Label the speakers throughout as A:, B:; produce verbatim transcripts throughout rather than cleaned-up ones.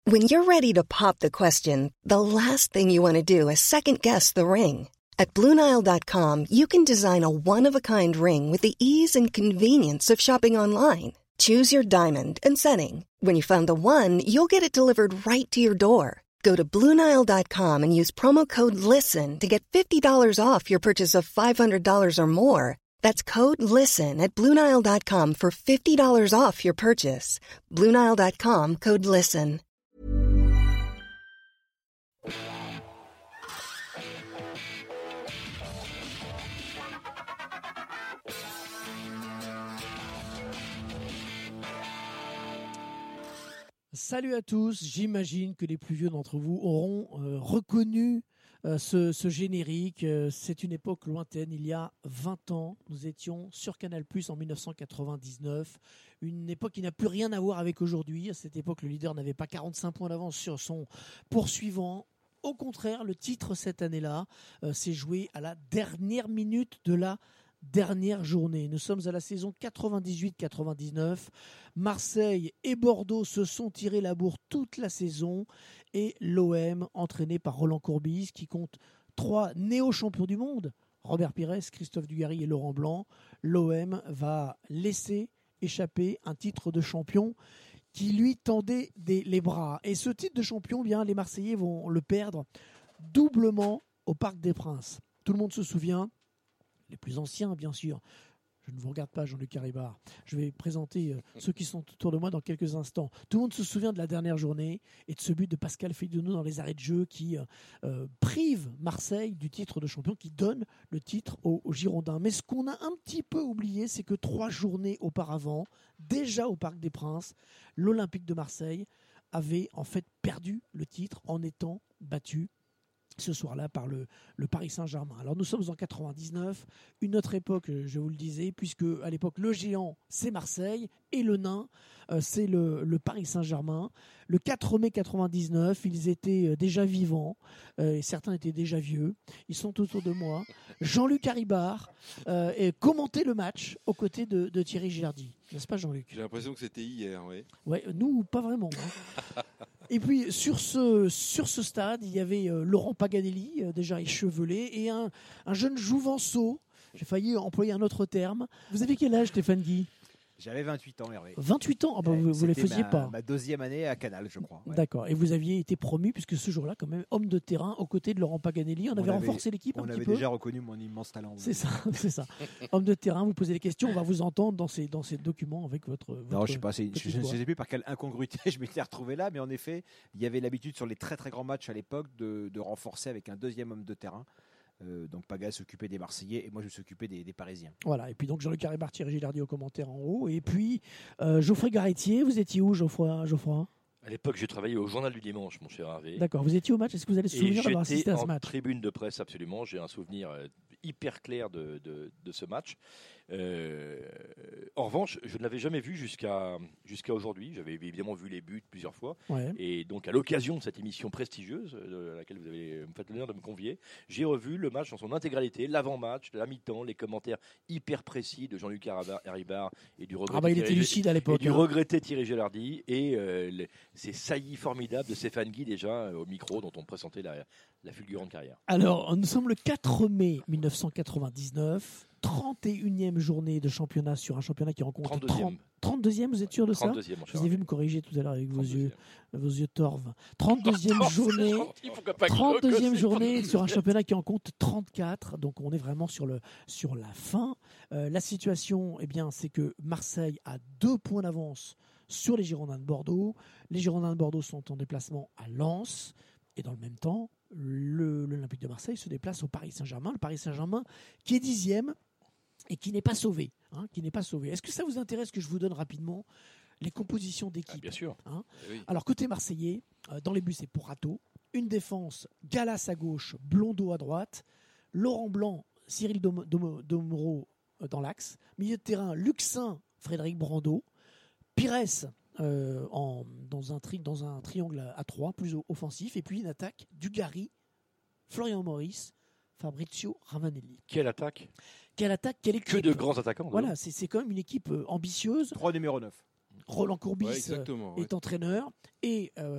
A: When you're ready to pop the question, the last thing you want to do is second-guess the ring. At Blue Nile dot com, you can design a one-of-a-kind ring with the ease and convenience of shopping online. Choose your diamond and setting. When you find the one, you'll get it delivered right to your door. Go to Blue Nile dot com and use promo code LISTEN to get fifty dollars off your purchase of five hundred dollars or more. That's code LISTEN at Blue Nile dot com for fifty dollars off your purchase. Blue Nile dot com, code LISTEN.
B: Salut à tous, j'imagine que les plus vieux d'entre vous auront euh, reconnu euh, ce, ce générique. Euh, c'est une époque lointaine, il y a vingt ans, nous étions sur Canal plus, en dix-neuf cent quatre-vingt-dix-neuf. Une époque qui n'a plus rien à voir avec aujourd'hui. À cette époque, le leader n'avait pas quarante-cinq points d'avance sur son poursuivant. Au contraire, le titre cette année-là euh, s'est joué à la dernière minute de la dernière journée. Nous sommes à la saison quatre-vingt-dix-huit quatre-vingt-dix-neuf. Marseille et Bordeaux se sont tirés la bourre toute la saison et l'O M, entraîné par Roland Courbis, qui compte trois néo-champions du monde, Robert Pires, Christophe Dugarry et Laurent Blanc, l'O M va laisser échapper un titre de champion qui lui tendait des, les bras. Et ce titre de champion, bien, les Marseillais vont le perdre doublement au Parc des Princes. Tout le monde se souvient, les plus anciens, bien sûr. Je ne vous regarde pas, Jean-Luc Caribard. Je vais présenter euh, ceux qui sont autour de moi dans quelques instants. Tout le monde se souvient de la dernière journée et de ce but de Pascal Feydounou dans les arrêts de jeu qui euh, euh, prive Marseille du titre de champion, qui donne le titre aux, aux Girondins. Mais ce qu'on a un petit peu oublié, c'est que trois journées auparavant, déjà au Parc des Princes, l'Olympique de Marseille avait en fait perdu le titre en étant battu ce soir-là par le, le Paris Saint-Germain. Alors nous sommes en quatre-vingt-dix-neuf, une autre époque, je vous le disais, puisque à l'époque le géant c'est Marseille et le nain euh, c'est le, le Paris Saint-Germain. Le quatre mai quatre-vingt-dix-neuf, ils étaient déjà vivants, euh, et certains étaient déjà vieux. Ils sont autour de moi. Jean-Luc Caribard euh, et commentait le match aux côtés de, de Thierry Gilardi. N'est-ce pas, Jean-Luc ?
C: J'ai l'impression que c'était hier, oui.
B: Ouais, nous, pas vraiment. Hein. Et puis, sur ce, sur ce stade, il y avait euh, Laurent Paganelli, euh, déjà échevelé, et un, un jeune jouvenceau. J'ai failli employer un autre terme. Vous avez quel âge, Stéphane Guy ?
D: J'avais vingt-huit ans, Hervé.
B: vingt-huit ans, ah bah, vous ne les faisiez
D: ma,
B: pas.
D: ma deuxième année à Canal, je crois. Ouais.
B: D'accord. Et vous aviez été promu, puisque ce jour-là, quand même, homme de terrain aux côtés de Laurent Paganelli. On, on avait, avait renforcé l'équipe un petit peu.
D: On avait déjà reconnu mon immense talent.
B: C'est ça, c'est ça. Homme de terrain, vous posez des questions, on va vous entendre dans ces, dans ces documents avec votre. votre
D: non, je sais pas. Je ne sais plus par quelle incongruité je m'étais retrouvé là, mais en effet, il y avait l'habitude sur les très très grands matchs à l'époque de, de renforcer avec un deuxième homme de terrain. Euh, donc Paga s'occupait des Marseillais et moi je m'occupais des, des Parisiens.
B: Voilà, et puis donc Jean-Luc Caribard, Thierry Gilardi au commentaire en haut, et puis euh, Geoffrey Garretier, vous étiez où, Geoffroy, Geoffroy ?
E: À l'époque, j'ai travaillé au Journal du Dimanche, mon cher Hervé.
B: D'accord, vous étiez au match, est-ce que vous avez le souvenir d'avoir assisté à ce match ?
E: En tribune de presse, absolument, j'ai un souvenir hyper clair de, de, de ce match. Euh, en revanche, je ne l'avais jamais vu jusqu'à jusqu'à aujourd'hui. J'avais évidemment vu les buts plusieurs fois.
B: Ouais.
E: Et donc, à l'occasion de cette émission prestigieuse, à laquelle vous avez me fait l'honneur de me convier, j'ai revu le match dans son intégralité, l'avant-match, la mi-temps, les commentaires hyper précis de Jean-Luc Caribard et du regretté,
B: ah bah, il était lucide à l'époque,
E: et du
B: hein.
E: regretté Thierry Gilardi et euh, les, ces saillies formidables de Stéphane Guy déjà euh, au micro dont on présentait la, la fulgurante carrière.
B: Alors, nous sommes le quatre mai dix-neuf cent quatre-vingt-dix-neuf. trente et unième journée de championnat sur un championnat qui rencontre
E: trente-deuxième.
B: trente-deuxième, vous êtes sûr de ça ?
E: trente-deuxième,
B: je vous ai vu me corriger tout à l'heure avec vos yeux, vos yeux torves.
E: trente-deuxième
B: journée, trente-deuxième journée sur un championnat qui en compte trente-quatre. Donc on est vraiment sur, le, sur la fin. Euh, la situation, eh bien, c'est que Marseille a deux points d'avance sur les Girondins de Bordeaux. Les Girondins de Bordeaux sont en déplacement à Lens. Et dans le même temps, le, l'Olympique de Marseille se déplace au Paris Saint-Germain. Le Paris Saint-Germain qui est dixième et qui n'est pas sauvé. Hein, qui n'est pas sauvé. Est-ce que ça vous intéresse que je vous donne rapidement les compositions d'équipe ?
E: Ah, bien sûr.
B: Hein
E: oui.
B: Alors, côté marseillais, euh, dans les buts, c'est Porato. Une défense, Gallas à gauche, Blondeau à droite. Laurent Blanc, Cyril Dom- Dom- Domoro euh, dans l'axe. Milieu de terrain, Luxin, Frédéric Brando. Pires euh, en, dans, un tri- dans un triangle à, à trois, plus offensif. Et puis une attaque, Dugarry, Florian Maurice, Fabrizio Ravanelli.
E: Quelle attaque ?
B: Quelle attaque, quelle équipe ?
E: Que de grands attaquants.
B: Voilà, c'est, c'est quand même une équipe euh, ambitieuse.
D: trois numéro neuf.
B: Roland Courbis
C: ouais,
B: euh, est
C: ouais.
B: entraîneur et euh,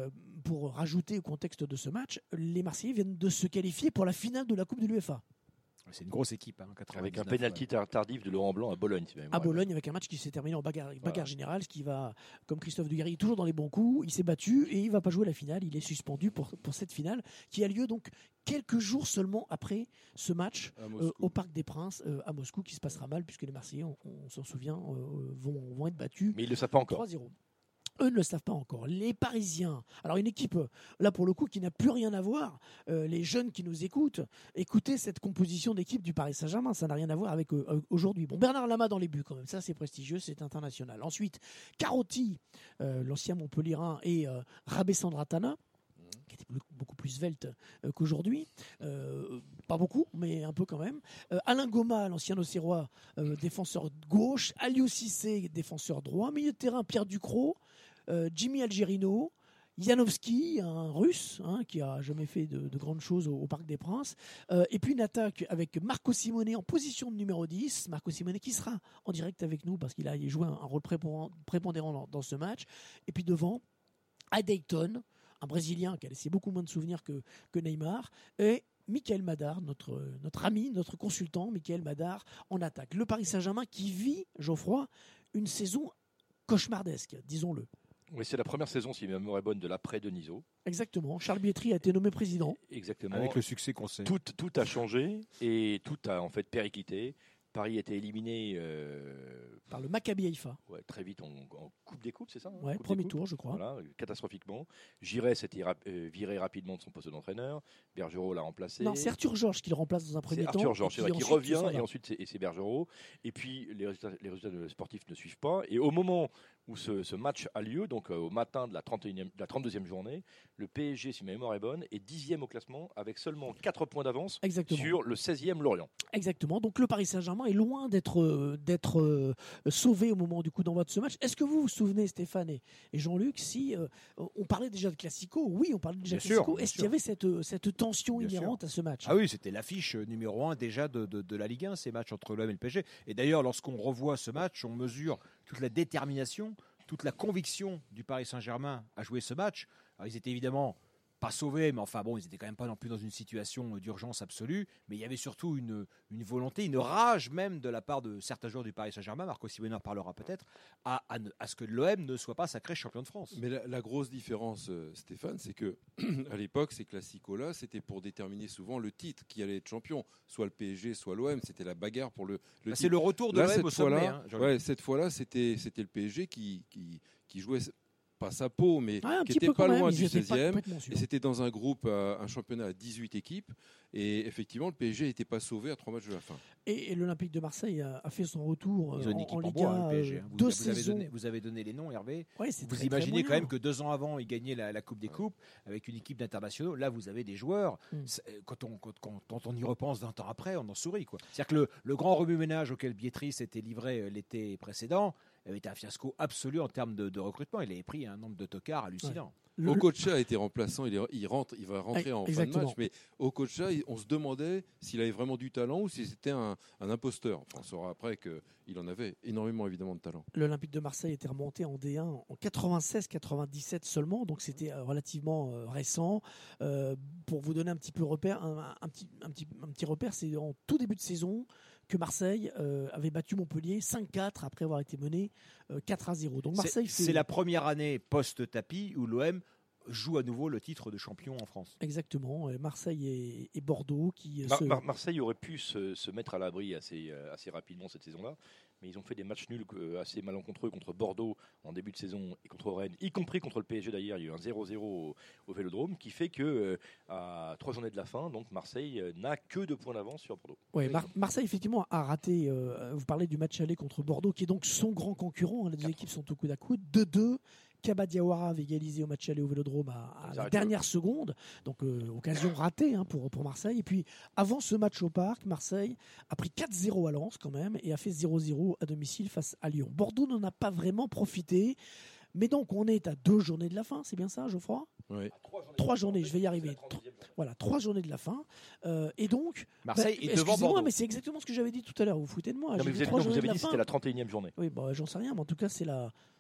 B: pour rajouter au contexte de ce match, les Marseillais viennent de se qualifier pour la finale de la Coupe de l'U E F A.
D: C'est une grosse équipe. Hein,
E: avec un pénalty ouais. tardif de Laurent Blanc à Bologne. Si
B: à Bologne, avec un match qui s'est terminé en bagarre, bagarre voilà. générale, ce qui va, comme Christophe Dugarry, toujours dans les bons coups. Il s'est battu et il ne va pas jouer la finale. Il est suspendu pour, pour cette finale qui a lieu donc quelques jours seulement après ce match euh, au Parc des Princes euh, à Moscou, qui se passera mal puisque les Marseillais, on, on s'en souvient, euh, vont, vont être battus.
E: Mais ils ne le savent pas encore.
B: trois zéro. Eux ne le savent pas encore. Les Parisiens, alors une équipe, là pour le coup, qui n'a plus rien à voir, euh, les jeunes qui nous écoutent, écoutez cette composition d'équipe du Paris Saint-Germain, ça n'a rien à voir avec euh, aujourd'hui. Bon, Bernard Lama dans les buts quand même, ça c'est prestigieux, c'est international. Ensuite, Carotti, euh, l'ancien Montpellierin, et euh, Rabé Sandratana, qui était beaucoup plus svelte euh, qu'aujourd'hui. Euh, pas beaucoup, mais un peu quand même. Euh, Alain Goma, l'ancien Auxerrois, euh, défenseur gauche. Aliou Cissé, défenseur droit. Milieu de terrain, Pierre Ducrot. Euh, Jimmy Algerino. Yanovski, un russe hein, qui a jamais fait de, de grandes choses au, au Parc des Princes. Euh, et puis une attaque avec Marco Simone en position de numéro dix. Marco Simone qui sera en direct avec nous parce qu'il a joué un, un rôle prépondérant, prépondérant dans, dans ce match. Et puis devant, Adeilton, un Brésilien qui a laissé beaucoup moins de souvenirs que, que Neymar. Et Michael Madar, notre, notre ami, notre consultant, Michael Madar, en attaque. Le Paris Saint-Germain qui vit, Geoffroy, une saison cauchemardesque, disons-le.
E: Oui, c'est la première saison, si ma mémoire est bonne, de l'après-Denisot.
B: Exactement. Charles Bietri a été nommé président.
E: Exactement.
D: Avec le succès qu'on sait.
E: Tout, tout a changé et tout a en fait périclité. Paris a été éliminé euh,
B: par le Maccabi Haïfa.
E: Ouais, très vite en, en Coupe des Coupes, c'est ça hein,
B: ouais, premier tour, je crois.
E: Voilà, catastrophiquement. Giresse a été rap- euh, viré rapidement de son poste d'entraîneur. Bergerot l'a remplacé.
B: Non, c'est Arthur Georges qui le remplace dans un premier
E: c'est
B: temps.
E: Arthur Georges, c'est vrai, qui revient et ensuite c'est, et c'est Bergerot. Et puis les résultats, les résultats sportifs ne suivent pas. Et au moment où ce, ce match a lieu, donc euh, au matin de la, trente et unième, de la trente-deuxième journée, le P S G, si ma mémoire est bonne, est dixième au classement avec seulement quatre points d'avance
B: Exactement.
E: sur le seizième Lorient.
B: Exactement. Donc le Paris Saint-Germain est loin d'être, euh, d'être euh, sauvé au moment du coup d'envoi de ce match. Est-ce que vous vous souvenez, Stéphane et, et Jean-Luc, si euh, on parlait déjà de Classico, oui, on parlait déjà
D: bien
B: de Classico,
D: sûr,
B: est-ce
D: sûr.
B: qu'il y avait cette, cette tension
D: bien
B: inhérente
D: sûr.
B: à ce match?
D: Ah oui, c'était l'affiche numéro un déjà de, de, de la Ligue un, ces matchs entre l'O M et le P S G. Et d'ailleurs, lorsqu'on revoit ce match, on mesure toute la détermination, toute la conviction du Paris Saint-Germain à jouer ce match. Alors, ils étaient évidemment pas sauvés, mais enfin bon, ils étaient quand même pas non plus dans une situation d'urgence absolue. Mais il y avait surtout une, une volonté, une rage même de la part de certains joueurs du Paris Saint-Germain, Marco Simone en parlera peut-être, à, à, ne, à ce que l'O M ne soit pas sacré champion de France.
C: Mais la, la grosse différence, euh, Stéphane, c'est que à l'époque, ces classicos-là, c'était pour déterminer souvent le titre qui allait être champion. Soit le P S G, soit l'O M. C'était la bagarre pour le, le
D: bah,
C: titre.
D: C'est le retour de l'O M au sommet. Hein,
C: ouais, cette fois-là, c'était, c'était le P S G qui, qui, qui jouait... pas sa peau, mais
B: ah,
C: qui n'était pas loin du seizième.
B: Et
C: c'était dans un groupe, euh, un championnat à dix-huit équipes. Et effectivement, le P S G n'était pas sauvé à trois matchs de la fin.
B: Et, et l'Olympique de Marseille a, a fait son retour
D: Ils ont une
B: en,
D: équipe
B: en
D: en
B: Liga.
D: bois, hein, le P S G. Hein. Vous,
B: deux
D: vous,
B: saisons.
D: avez donné, vous avez donné les noms, Hervé.
B: Ouais, c'est
D: vous
B: très,
D: imaginez
B: très
D: quand même que deux ans avant, ils gagnaient la, la Coupe des Coupes avec une équipe d'internationaux. Là, vous avez des joueurs. Mm. Quand, on, quand, quand, quand on y repense vingt ans après, on en sourit. Quoi. C'est-à-dire que le, le grand remue-ménage auquel Bietri s'était livré l'été précédent avait été un fiasco absolu en termes de, de recrutement. Il avait pris un nombre de tocards hallucinant.
C: Ouais. Le... Okocha a été remplaçant, il, est, il, rentre, il va rentrer en
B: Exactement.
C: fin de match, mais Okocha, on se demandait s'il avait vraiment du talent ou si c'était un, un imposteur. Enfin, on saura après qu'il en avait énormément évidemment de talent.
B: L'Olympique de Marseille était remonté en D un en quatre-vingt-seize quatre-vingt-dix-sept seulement, donc c'était relativement euh, récent. Euh, pour vous donner un petit peu repère, un, un, petit, un, petit, un petit repère, c'est en tout début de saison que Marseille euh, avait battu Montpellier cinq quatre après avoir été mené euh, quatre à zéro. Donc Marseille
D: c'est,
B: fait...
D: c'est la première année post-tapis où l'O M joue à nouveau le titre de champion en France.
B: Exactement. Et Marseille et, et Bordeaux qui...
E: Mar-
B: se...
E: Mar- Marseille aurait pu se, se mettre à l'abri assez, euh, assez rapidement cette saison-là, mais ils ont fait des matchs nuls euh, assez malencontreux contre Bordeaux en début de saison et contre Rennes, y compris contre le P S G d'ailleurs. Il y a eu un zéro zéro au, au Vélodrome qui fait que euh, à trois journées de la fin, donc Marseille euh, n'a que deux points d'avance sur Bordeaux.
B: Ouais, Mar- Marseille effectivement a raté, euh, vous parlez du match aller contre Bordeaux qui est donc son grand concurrent, les deux équipes sont au coude à coude, deux deux. Kaba Diawara avait égalisé au match aller au Vélodrome à, à la dernière seconde, donc euh, occasion ratée hein, pour, pour Marseille. Et puis avant ce match au Parc, Marseille a pris quatre zéro à Lens quand même et a fait zéro zéro à domicile face à Lyon. Bordeaux n'en a pas vraiment profité, mais donc on est à deux journées de la fin, c'est bien ça Geoffroy ?
C: Oui.
E: Trois journées,
B: trois journées je vais y arriver. Tro- voilà, trois journées de la fin. Euh, et donc,
D: Marseille
B: bah,
D: est devant Bordeaux.
B: Mais c'est exactement ce que j'avais dit tout à l'heure. Vous vous foutez de moi.
E: Non, mais vous, êtes, non, vous avez dit que c'était la trente et unième journée.
B: Oui, bah, j'en sais rien, mais en tout cas, c'est la.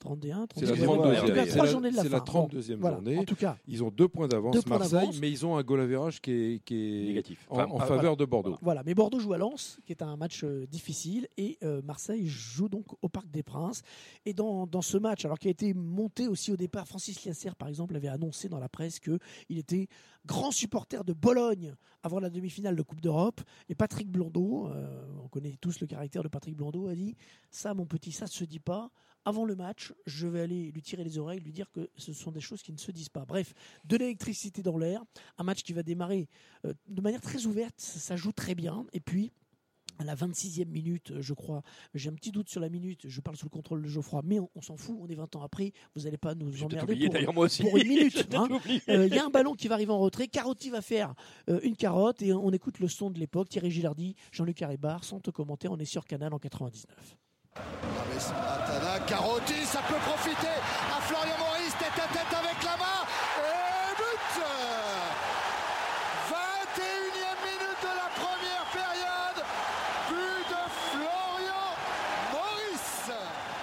B: trente et un,
C: C'est la
B: trente-deux.
C: trente-deuxième.
B: En tout cas,
C: C'est
B: trois
C: la-
B: journée de la
C: c'est
B: fin.
C: la trente-deuxième
B: Bon, voilà.
C: journée.
B: En tout cas,
C: Ils ont deux points d'avance,
B: Deux points
C: Marseille,
B: d'avance.
C: mais ils ont un goal average qui est, qui est
E: Négatif.
C: en,
E: Enfin,
C: en
E: ah,
C: faveur de Bordeaux.
B: voilà. Mais Bordeaux joue à Lens, qui est un match euh, difficile, et euh, Marseille joue donc au Parc des Princes. Et dans, dans ce match, alors qui a été monté aussi au départ, Francis Liasser, par exemple, avait annoncé dans la presse qu'il était grand supporter de Bologne avant la demi-finale de Coupe d'Europe. Et Patrick Blondeau, euh, on connaît tous le caractère de Patrick Blondeau, a dit « Ça, mon petit, ça ne se dit pas. Avant le match, je vais aller lui tirer les oreilles, lui dire que ce sont des choses qui ne se disent pas. » Bref, de l'électricité dans l'air, un match qui va démarrer euh, de manière très ouverte, ça, ça joue très bien. Et puis, à la vingt-sixième minute, je crois, j'ai un petit doute sur la minute, je parle sous le contrôle de Geoffroy, mais on, on s'en fout, on est vingt ans après, vous n'allez pas nous
E: J'ai peut-être
B: emmerder
E: oublié,
B: pour,
E: d'ailleurs, moi aussi.
B: pour une minute.
E: J'ai peut-être
B: hein.
E: oublié.
B: Euh, Il y a un ballon qui va arriver en retrait, Carotti va faire euh, une carotte, et on écoute le son de l'époque, Thierry Gilardi, Jean-Luc Haribar, sans te commenter, on est sur Canal en quatre-vingt-dix-neuf.
F: Atana, Carotti, ça peut profiter à Florian Maurice, tête à tête avec la main, et but vingt et unième minute de la première période, but de Florian Maurice.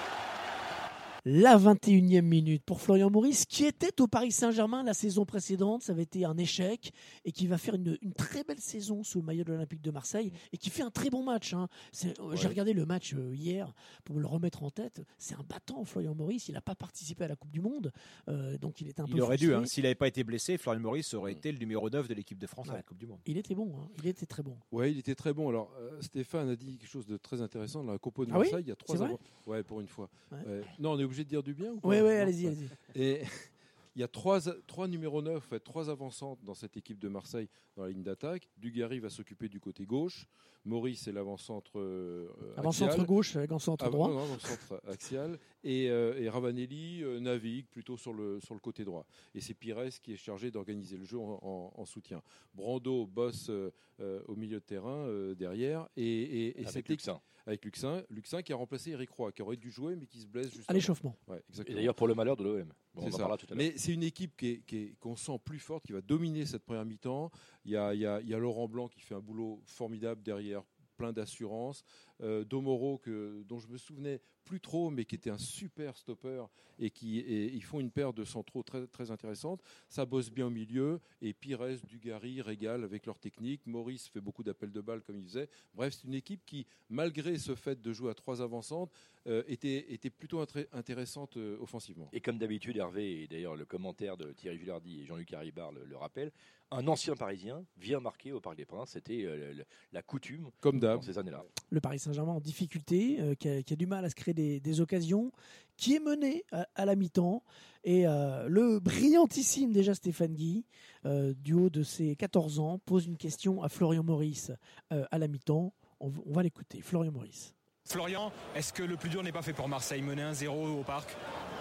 B: La vingt et unième minute pour Florian Maurice, qui était au Paris Saint-Germain la saison précédente, ça avait été un échec, et qui va faire une, une très belle saison sous le maillot de l'Olympique de Marseille, et qui fait un très bon match. Hein. C'est, euh,
C: Ouais.
B: J'ai regardé le match euh, hier pour me le remettre en tête. C'est un battant, Florian Maurice. Il n'a pas participé à la Coupe du Monde, euh, donc il était un peu
D: Il aurait dû,
B: frustré.
D: hein. S'il n'avait pas été blessé, Florian Maurice aurait été le numéro neuf de l'équipe de France à la Coupe du Monde.
B: Il était bon, hein. Il était très bon.
C: Ouais, il était très bon. Alors, euh, Stéphane a dit quelque chose de très intéressant dans la Compo de
B: Ah oui
C: Marseille. Il y a trois
B: C'est vrai
C: avant- Ouais, pour une fois.
B: Ouais.
C: Ouais. Non, on est obligé de dire du bien ou pas
B: Oui, oui,
C: Non
B: allez-y,
C: Ouais.
B: allez-y.
C: Et il y a trois, trois numéros neuf, ouais, trois avancantes dans cette équipe de Marseille dans la ligne d'attaque. Dugarry va s'occuper du côté gauche. Maurice est l'avant-centre euh,
B: Avant-centre
C: axial.
B: gauche avec un centre
C: Ah,
B: droit.
C: non, non, avant-centre axial. Et, euh, et Ravanelli euh, navigue plutôt sur le, sur le côté droit. Et c'est Pires qui est chargé d'organiser le jeu en, en- en soutien. Brando bosse euh, euh, au milieu de terrain euh, derrière. Et, et, et
E: Avec
C: cette
E: Luxin.
C: équipe- Avec Luxin. Luxin qui a remplacé Eric Roy, qui aurait dû jouer mais qui se blesse juste
B: À l'échauffement.
C: Ouais,
E: Et
C: exactement.
E: d'ailleurs, pour le malheur de l'O M. Bon, on
C: C'est
E: en
C: ça.
E: parlera tout à l'heure.
C: Mais c'est une équipe qui est- qui est- qu'on sent plus forte, qui va dominer cette première mi-temps. Il y a, il y a- il y a Laurent Blanc qui fait un boulot formidable derrière, plein d'assurance. Euh, Domoro, que, dont je me souvenais plus trop, mais qui était un super stopper et qui et ils font une paire de centraux très, très intéressante. Ça bosse bien au milieu et Pires, Dugarry régale avec leur technique. Maurice fait beaucoup d'appels de balles comme il faisait. Bref, c'est une équipe qui, malgré ce fait de jouer à trois avancantes, euh, était, était plutôt intré- intéressante euh, offensivement.
E: Et comme d'habitude, Hervé, et d'ailleurs le commentaire de Thierry Gilardi et Jean-Luc Haribar le, le rappelle, un ancien Parisien vient marquer au Parc des Princes. C'était euh, le- la coutume
C: Comme d'hab.
E: dans ces années-là.
B: Le Paris Saint-Germain en difficulté, euh, qui, a, qui a du mal à se créer des, des occasions, qui est mené à, à la mi-temps. Et euh, le brillantissime déjà Stéphane Guy, euh, du haut de ses quatorze ans, pose une question à Florian Maurice euh, à la mi-temps. On, v- on va l'écouter. Florian Maurice.
G: Florian, est-ce que le plus dur n'est pas fait pour Marseille, mener un zéro au parc?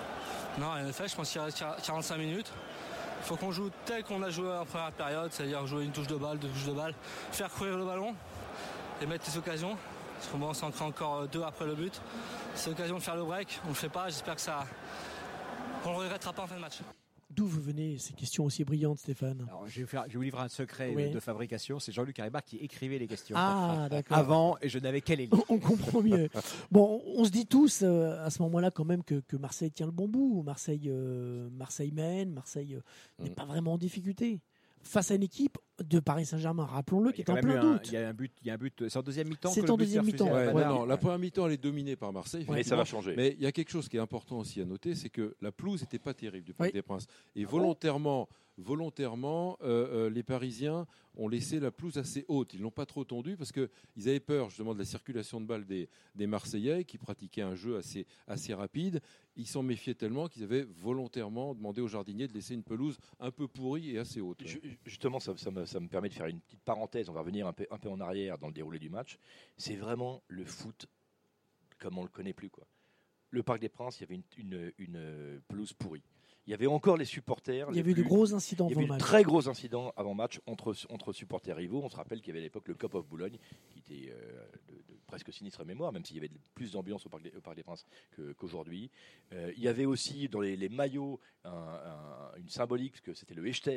H: Non, rien de fait, je pense qu'il reste quarante-cinq minutes. Il faut qu'on joue tel qu'on a joué en première période, c'est-à-dire jouer une touche de balle, deux touches de balle, faire courir le ballon et mettre les occasions. Parce qu'on va s'en créer encore deux après le but. C'est l'occasion de faire le break, on ne le fait pas, j'espère que ça, qu'on ne le regrettera pas en fin de match.
B: D'où vous venez ces questions aussi brillantes, Stéphane?
D: Alors, je vais vous, faire- je vais vous livrer un secret
B: Oui.
D: de, de fabrication. C'est Jean-Luc Haribar qui écrivait les questions.
B: Ah, d'accord.
D: Avant, et je n'avais qu'elle élire.
B: On comprend mieux. Bon, on se dit tous euh, à ce moment-là quand même que, que Marseille tient le bon bout. Marseille, euh, Marseille mène, Marseille euh, n'est
C: Mm.
B: pas vraiment en difficulté. Face à une équipe de Paris Saint-Germain, rappelons-le, qui
D: Il y a
B: est
D: quand
B: en
D: même eu
B: plein
D: un-
B: doute.
D: Il y a un but. Il y a un but. C'est en deuxième mi-temps.
B: C'est
D: que le
B: en
D: but
B: deuxième
D: s'est refusé
B: mi-temps,
D: à
C: Ouais,
D: la
C: non,
D: bagarre.
C: non, la première mi-temps, elle est dominée par Marseille.
E: Mais ça
C: effectivement.
E: va changer.
C: Mais il y a quelque chose qui est important aussi à noter, c'est que la pelouse n'était pas terrible du Parc
B: Oui.
C: des Princes. Et volontairement, volontairement euh, euh, les Parisiens ont laissé la pelouse assez haute. Ils l'ont pas trop tendue parce qu'ils avaient peur justement de la circulation de balles des, des Marseillais qui pratiquaient un jeu assez, assez rapide. Ils s'en méfiaient tellement qu'ils avaient volontairement demandé aux jardiniers de laisser une pelouse un peu pourrie et assez haute.
E: Ju- Justement, ça, ça me, ça me permet de faire une petite parenthèse. On va revenir un peu, un peu en arrière dans le déroulé du match. C'est vraiment le foot comme on le connaît plus, quoi. Le Parc des Princes, il y avait une, une, une pelouse pourrie. Il y avait encore les supporters.
B: Il y
E: les
B: avait eu de
E: plus-
B: gros incidents
E: Il y
B: avant
E: avait
B: le
E: eu de
B: match.
E: très gros incidents avant match entre, entre supporters rivaux. On se rappelle qu'il y avait à l'époque le Cup of Boulogne, qui était euh, de, de presque sinistre mémoire, même s'il y avait de- plus d'ambiance au Parc des, au Parc des Princes que- qu'aujourd'hui. Euh, il y avait aussi dans les, les maillots un- un- une symbolique, parce que c'était le Echter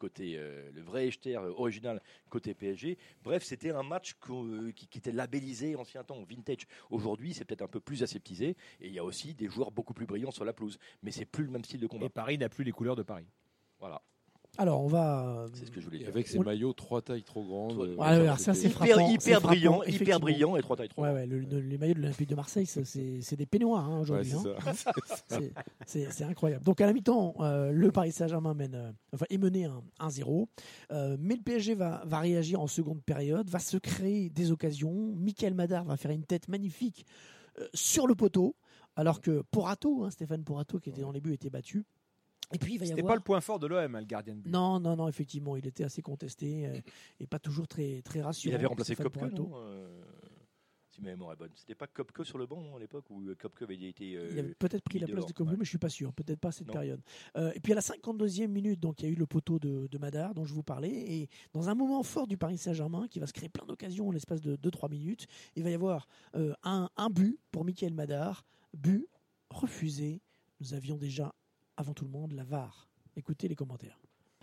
E: côté euh, le vrai Echter euh, original côté P S G. Bref, c'était un match euh, qui, qui était labellisé ancien temps, vintage. Aujourd'hui, c'est peut-être un peu plus aseptisé et il y a aussi des joueurs beaucoup plus brillants sur la pelouse. Mais c'est plus le même style de combat.
D: Et Paris n'a plus les couleurs de Paris.
E: Voilà.
B: Alors, on va.
E: C'est ce que je voulais dire.
C: Avec ces
B: On-
C: maillots trois tailles trop grandes.
E: Ouais,
C: euh,
B: ouais, alors ça, c'est
E: hyper,
B: frappant, c'est
E: hyper
B: frappant,
E: brillant, hyper
B: effectivement.
E: brillant et trois tailles trop.
B: Ouais, ouais, le- le- les maillots de l'Olympique de Marseille, ça, c'est c'est des peignoirs hein,
C: Ouais,
B: aujourd'hui.
C: c'est
B: hein.
C: ça.
B: C'est- C'est c'est incroyable. Donc à la mi-temps, euh, le Paris Saint-Germain mène, euh, enfin, est mené un- un zéro. Euh, mais le P S G va, va réagir en seconde période, va se créer des occasions. Michael Madar va faire une tête magnifique euh, sur le poteau, alors que Porato, hein, Stéphane Porato, qui était dans les buts, était battu. Et puis il va y
D: C'était
B: avoir...
D: pas le point fort de l'O M, hein, le gardien de but.
B: Non, non, non, effectivement, il était assez contesté euh, et pas toujours très, très rassurant.
E: Il avait remplacé
B: Stéphane
E: Kopke,
B: Porato.
E: non euh, Si ma mémoire est bonne. C'était pas Kopke sur le banc non, à l'époque où Kopke avait été. Euh,
B: Il avait peut-être pris la
E: mis
B: place
E: dehors,
B: de Kopke,
E: ouais.
B: mais je suis pas sûr. Peut-être pas à cette
E: Non.
B: période. Euh, et puis à la cinquante-deuxième minute, donc il y a eu le poteau de, de Madar dont je vous parlais. Et dans un moment fort du Paris Saint-Germain, qui va se créer plein d'occasions en l'espace de deux trois minutes, il va y avoir euh, un, un but pour Michael Madar, but refusé. Nous avions déjà, avant tout le monde, la V A R. Écoutez les commentaires.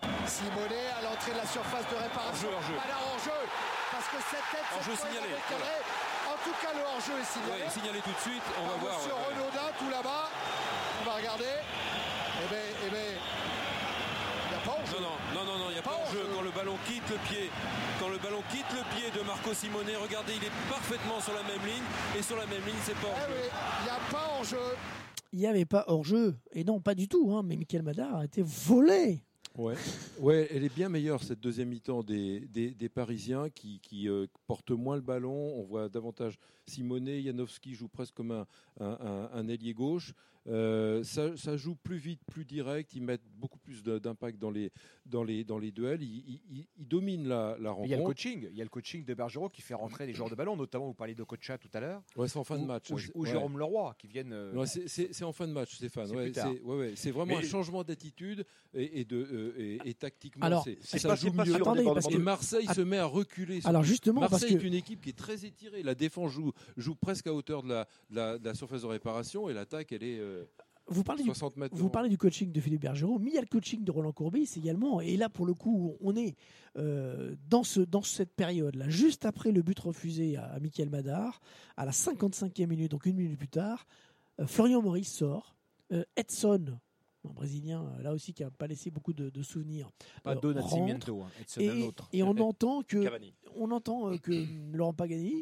F: Simonet à l'entrée de la surface de réparation.
G: Hors-jeu, hors-jeu.
F: Madar en jeu. Parce que cette tête, cette
G: Hors-jeu
F: fois, il
G: signalé,
F: avait cadré. En tout cas, le hors-jeu est signalé.
G: Ouais, signalé tout de suite, on va
F: Par
G: voir.
F: Monsieur
G: ouais, ouais.
F: Renaudin, tout là-bas. On va regarder. Eh ben, eh ben, il n'y a pas hors-jeu.
G: Non, non, non, non, non, il n'y a
F: Pas
G: pas
F: hors-jeu.
G: hors-jeu quand le ballon quitte le pied. Quand le ballon quitte le pied de Marco Simonet, regardez, il est parfaitement sur la même ligne. Et sur la même ligne, c'est pas
F: Eh
G: hors-jeu.
F: oui, il n'y a pas hors-jeu.
B: Il n'y avait pas hors-jeu. Et non, pas du tout. Hein, mais Michael Madar a été volé.
C: Ouais. ouais, elle est bien meilleure cette deuxième mi-temps des, des, des Parisiens qui, qui euh, portent moins le ballon. On voit davantage Simonet, Janowski joue presque comme un, un, un, un ailier gauche. Euh, ça, ça joue plus vite, plus direct. Ils mettent beaucoup plus de- d'impact dans les, dans les, dans les duels. Ils, ils, ils dominent la, la
D: Mais il y a le
C: rencontre.
D: coaching, il y a le coaching de Bergerot qui fait rentrer les joueurs de ballon, notamment vous parliez de Kocha tout à l'heure,
C: Ouais, c'est en fin de
D: ou,
C: match.
D: ou,
C: hein.
D: ou
C: Ouais.
D: Jérôme Leroy qui viennent. euh,
C: Ouais, c'est- c'est c'est en fin de match, Stéphane.
D: C'est
C: Ouais,
D: plus tard.
C: c'est ouais, ouais, c'est vraiment
E: Mais-
C: un changement d'attitude et, et, de, euh, et, et tactiquement,
B: Alors,
C: c'est-
E: c'est
C: ça
E: pas-
C: joue
E: c'est pas
C: mieux.
E: sûr,
B: Attendez,
E: dépendamment
B: parce
C: Et
B: que-
E: de-
C: Marseille
B: Ah,
C: se met à reculer.
B: Alors justement, parce
C: Marseille
B: que
C: est une équipe qui est très étirée. La défense joue, joue presque à hauteur de la, de la, de la surface de réparation et l'attaque, elle est euh,
B: vous parlez du
C: soixante mètres.
B: Vous
C: devant.
B: parlez du coaching de Philippe Bergerot, mais il y a le coaching de Roland Courbis également. Et là, pour le coup, on est euh, dans, ce, dans cette période-là, juste après le but refusé à, à Michael Madar, à la cinquante-cinquième minute, donc une minute plus tard, euh, Florian Maurice sort. Euh, Edson, un Brésilien, euh, là aussi, qui n'a pas laissé beaucoup de, de souvenirs,
D: Pas
B: euh,
D: de
B: rentre.
D: Nascimento, hein, Edson, un
B: Et,
D: autre.
B: et on entend que,
E: Cavani.
B: on entend euh, que Laurent Pagani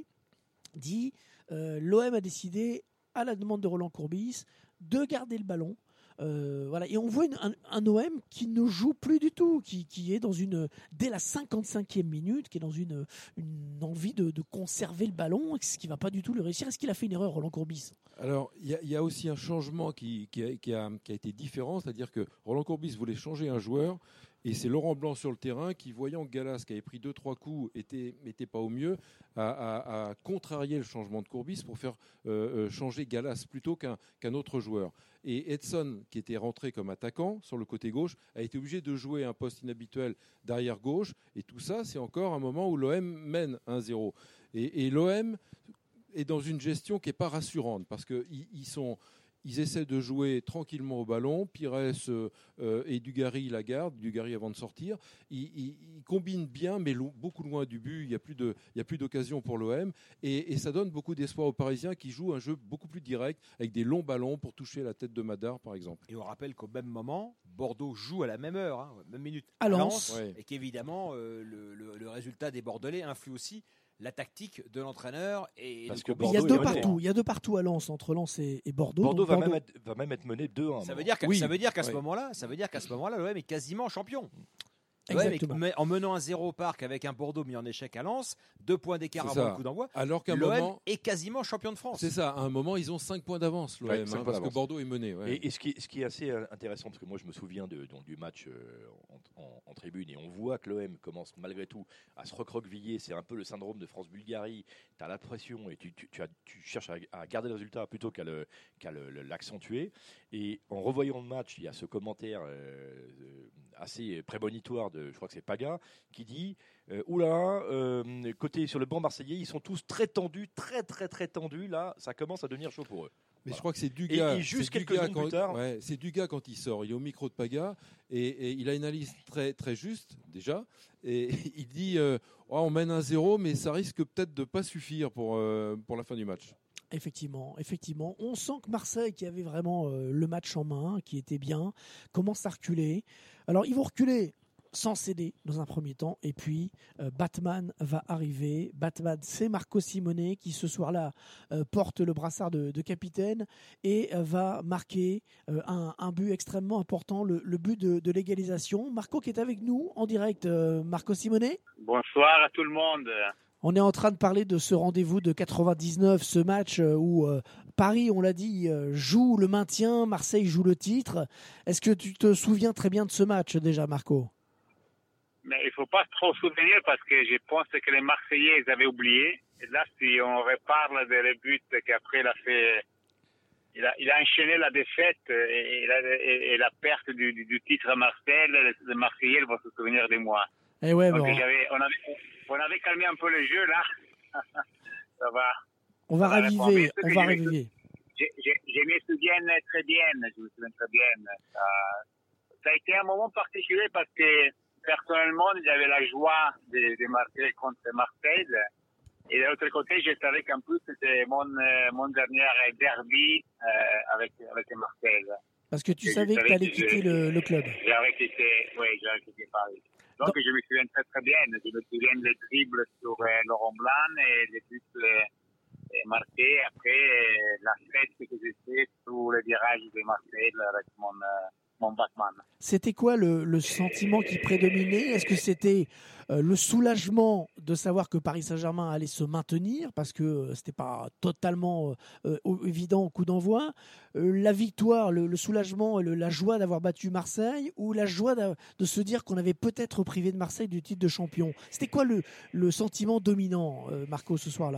B: dit euh, l'O M a décidé, à la demande de Roland Courbis, de garder le ballon. Euh, voilà. Et on voit une- un, un O M qui ne joue plus du tout, qui, qui est dans une, dès la cinquante-cinquième minute, qui est dans une, une envie de, de conserver le ballon, ce qui ne va pas du tout le réussir. Est-ce qu'il a fait une erreur, Roland Courbis?
C: Alors, il y, a- il y a aussi un changement qui, qui, a, qui a- qui a été différent, c'est-à-dire que Roland Courbis voulait changer un joueur, et c'est Laurent Blanc sur le terrain qui, voyant que Gallas, qui avait pris deux trois coups, était, était pas au mieux, a, a- a contrarié le changement de Courbis pour faire euh, euh, changer Gallas plutôt qu'un qu'un autre joueur. Et Edson, qui était rentré comme attaquant sur le côté gauche, a été obligé de jouer un poste inhabituel d'arrière gauche, et tout ça, c'est encore un moment où l'O M mène un zéro. Et, et l'O M est dans une gestion qui n'est pas rassurante parce qu'ils ils sont, ils essaient de jouer tranquillement au ballon. Pires euh, euh, et Dugarry la garde, Dugarry avant de sortir. Ils, ils- ils combinent bien, mais lo- beaucoup loin du but. Il n'y a plus de, il y a plus d'occasion pour l'O M et, et ça donne beaucoup d'espoir aux Parisiens qui jouent un jeu beaucoup plus direct avec des longs ballons pour toucher la tête de Madar, par exemple.
D: Et on rappelle qu'au même moment, Bordeaux joue à la même heure, hein, même minute,
B: À Lens.
C: Ouais.
D: et qu'évidemment, euh, le, le- le résultat des Bordelais influe aussi la tactique de l'entraîneur. Et
E: Parce
D: de
E: que
D: Courbis.
B: Il y a
E: Bordeaux
B: deux
E: est mené.
B: partout. Il y a deux partout à Lens, entre Lens et, et Bordeaux.
E: Bordeaux
B: Donc,
E: va, Même être, va même être mené deux un.
D: Ça veut dire qu'à
C: Oui.
D: ça veut dire qu'à ce
C: Ouais.
D: moment-là, ça veut dire qu'à ce moment-là, l'O M est quasiment champion. L'O M est-
B: Exactement.
D: mais en menant un zéro au parc avec un Bordeaux mis en échec à Lens, deux points d'écart
C: C'est
D: avant
C: ça.
D: le coup d'envoi.
C: Alors qu'à un
D: L'O M
C: moment,
D: est quasiment champion de France.
C: c'est ça, à un moment, ils ont cinq points d'avance, l'O M,
E: Ouais,
C: hein,
E: cinq points
C: parce que
E: d'avance.
C: Bordeaux est mené. ouais.
E: Et, et ce, qui, ce qui est assez euh, intéressant, parce que moi je me souviens de, donc, du match euh, en, en- en tribune et on voit que l'O M commence malgré tout à se recroqueviller. C'est un peu le syndrome de France-Bulgarie. Tu as la pression et tu, tu- tu as- tu cherches à, à garder le résultat plutôt qu'à le- qu'à le- le- l'accentuer. Et en revoyant le match, il y a ce commentaire euh, euh, assez prémonitoire de, je crois que c'est Paga, qui dit euh, oula, euh, côté sur le banc marseillais, ils sont tous très tendus, très très très tendus. Là, ça commence à devenir chaud pour eux.
C: Mais je crois que c'est
E: Et-
C: Dugas.
E: et juste
C: c'est
E: quelques
C: Dugas
E: secondes
C: quand,
E: plus tard-
C: ouais, c'est Dugas quand il sort. Il est au micro de Paga et, et il a une analyse très, très juste déjà. Et il dit euh, oh, on mène un zéro, mais ça risque peut-être de ne pas suffire pour, euh, pour la fin du match.
B: Effectivement, effectivement. On sent que Marseille, qui avait vraiment euh, le match en main, qui était bien, commence à reculer. Alors, ils vont reculer sans céder dans un premier temps. Et puis, euh, Batman va arriver. Batman, c'est Marco Simone qui, ce soir-là, euh, porte le brassard de, de capitaine et euh, va marquer euh, un, un but extrêmement important, le, le but de, de l'égalisation. Marco qui est avec nous en direct. Euh, Marco Simone.
I: Bonsoir à tout le monde.
B: On est en train de parler de ce rendez-vous de quatre-vingt-dix-neuf, ce match où euh, Paris, on l'a dit, euh, joue le maintien, Marseille joue le titre. Est-ce que tu te souviens très bien de ce match déjà, Marco ?
I: Mais il ne faut pas trop se souvenir parce que je pense que les Marseillais ils avaient oublié. Et là, si on reparle des buts qu'après il a fait, il a, il a enchaîné la défaite et, et, la, et, et la perte du, du, du titre à Marseille, les, les Marseillais vont se souvenir de moi.
B: Eh ouais,
I: Donc
B: bon.
I: j'avais, on, avait, on avait calmé un peu le jeu là. Ça va.
B: On va
I: Ça va
B: raviver,
I: répondre.
B: on
I: Mais
B: va
I: je me-
B: raviver.
I: Je, je, je me souviens très bien, je me souviens très bien. Ça, ça a été un moment particulier parce que personnellement, j'avais la joie de, de marquer contre Marseille. Et de l'autre côté, je savais qu'en plus, c'était mon, euh, mon dernier derby euh, avec, avec Marseille.
B: Parce que tu
I: Et je
B: savais que
I: savais
B: tu allais
I: que
B: quitter
I: je-
B: le, le club.
I: J'avais quitté, oui, j'avais quitté Paris. Donc,
B: Donc-
I: je me souviens très très bien. Je me souviens des dribbles sur euh, Laurent Blanc et des buts euh, marqués. Après, euh, la fête que j'ai fait sous le virage de Marseille avec mon, euh, mon Batman.
B: C'était quoi le, le sentiment qui prédominait ? Est-ce que c'était euh, le soulagement de savoir que Paris Saint-Germain allait se maintenir parce que euh, c'était pas totalement euh, euh, évident au coup d'envoi, euh, la victoire, le, le soulagement, le- la joie d'avoir battu Marseille ou la joie d'a- de se dire qu'on avait peut-être privé de Marseille du titre de champion ? C'était quoi le, le sentiment dominant, euh, Marco, ce soir-là ?